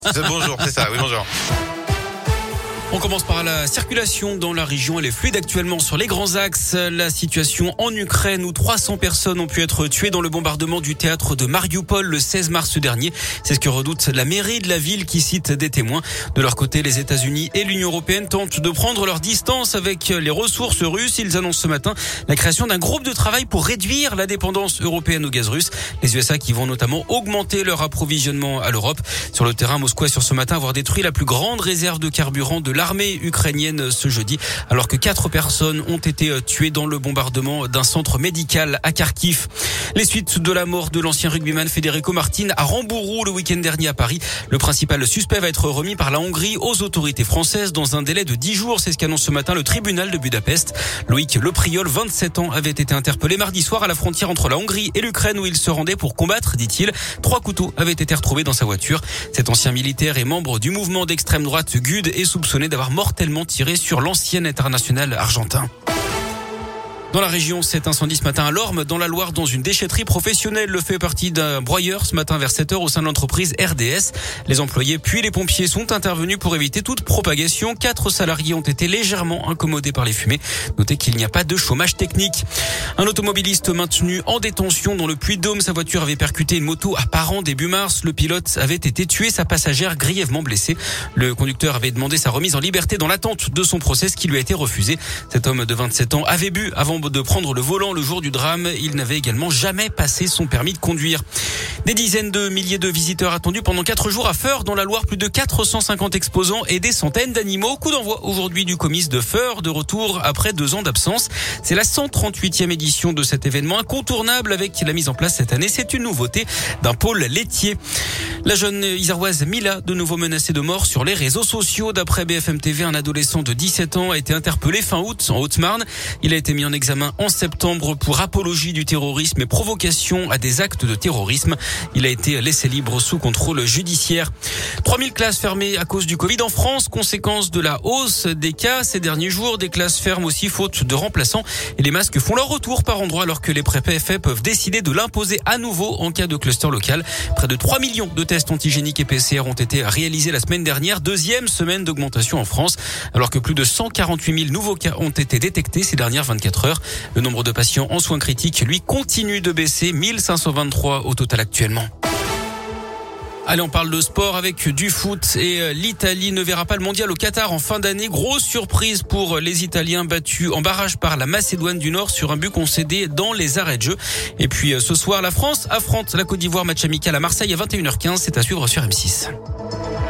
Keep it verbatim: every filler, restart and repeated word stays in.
C'est bonjour, c'est ça, oui bonjour. On commence par la circulation dans la région. Elle est fluide actuellement sur les grands axes. La situation en Ukraine où trois cents personnes ont pu être tuées dans le bombardement du théâtre de Mariupol le seize mars dernier. C'est ce que redoute la mairie de la ville qui cite des témoins. De leur côté, les États-Unis et l'Union européenne tentent de prendre leur distance avec les ressources russes. Ils annoncent ce matin la création d'un groupe de travail pour réduire la dépendance européenne au gaz russe. Les U S A qui vont notamment augmenter leur approvisionnement à l'Europe. Sur le terrain, Moscou a sur ce matin avoir détruit la plus grande réserve de carburant de l'armée ukrainienne ce jeudi, alors que quatre personnes ont été tuées dans le bombardement d'un centre médical à Kharkiv. Les suites de la mort de l'ancien rugbyman Federico Martin à Rambourou le week-end dernier à Paris. Le principal suspect va être remis par la Hongrie aux autorités françaises dans un délai de dix jours. C'est ce qu'annonce ce matin le tribunal de Budapest. Loïc Lepriol, vingt-sept ans, avait été interpellé mardi soir à la frontière entre la Hongrie et l'Ukraine où il se rendait pour combattre, dit-il. Trois couteaux avaient été retrouvés dans sa voiture. Cet ancien militaire et membre du mouvement d'extrême droite G U D est soupçonné d'avoir mortellement tiré sur l'ancien international argentin. Dans la région, cet incendie ce matin à Lorme, dans la Loire, dans une déchetterie professionnelle, le fait partie d'un broyeur ce matin vers sept heures au sein de l'entreprise R D S. Les employés puis les pompiers sont intervenus pour éviter toute propagation. Quatre salariés ont été légèrement incommodés par les fumées. Notez qu'il n'y a pas de chômage technique. Un automobiliste maintenu en détention dans le Puy-de-Dôme. Sa voiture avait percuté une moto à Paran début mars. Le pilote avait été tué, sa passagère grièvement blessée. Le conducteur avait demandé sa remise en liberté dans l'attente de son procès, ce qui lui a été refusé. Cet homme de vingt-sept ans avait bu avant de prendre le volant le jour du drame. Il n'avait également jamais passé son permis de conduire. Des dizaines de milliers de visiteurs attendus pendant quatre jours à Feurs, dans la Loire. Plus de quatre cent cinquante exposants et des centaines d'animaux. Coup d'envoi aujourd'hui du comice de Feurs, de retour après deux ans d'absence. C'est la cent trente-huitième édition de cet événement incontournable avec la mise en place cette année. C'est une nouveauté d'un pôle laitier. La jeune Iséroise Mila, de nouveau menacée de mort sur les réseaux sociaux. D'après B F M T V, un adolescent de dix-sept ans a été interpellé fin août en Haute-Marne. Il a été mis en examen en septembre pour apologie du terrorisme et provocation à des actes de terrorisme. Il a été laissé libre sous contrôle judiciaire. trois mille classes fermées à cause du Covid en France, conséquence de la hausse des cas ces derniers jours. Des classes ferment aussi faute de remplaçants et les masques font leur retour par endroits alors que les préfets peuvent décider de l'imposer à nouveau en cas de cluster local. Près de trois millions de tests antigéniques et P C R ont été réalisés la semaine dernière, deuxième semaine d'augmentation en France, alors que plus de cent quarante-huit mille nouveaux cas ont été détectés ces dernières vingt-quatre heures. Le nombre de patients en soins critiques, lui, continue de baisser, mille cinq cent vingt-trois au total actuellement. Allez, on parle de sport avec du foot et l'Italie ne verra pas le mondial au Qatar en fin d'année. Grosse surprise pour les Italiens battus en barrage par la Macédoine du Nord sur un but concédé dans les arrêts de jeu. Et puis ce soir, la France affronte la Côte d'Ivoire, match amical à Marseille à vingt et une heures quinze. C'est à suivre sur M six.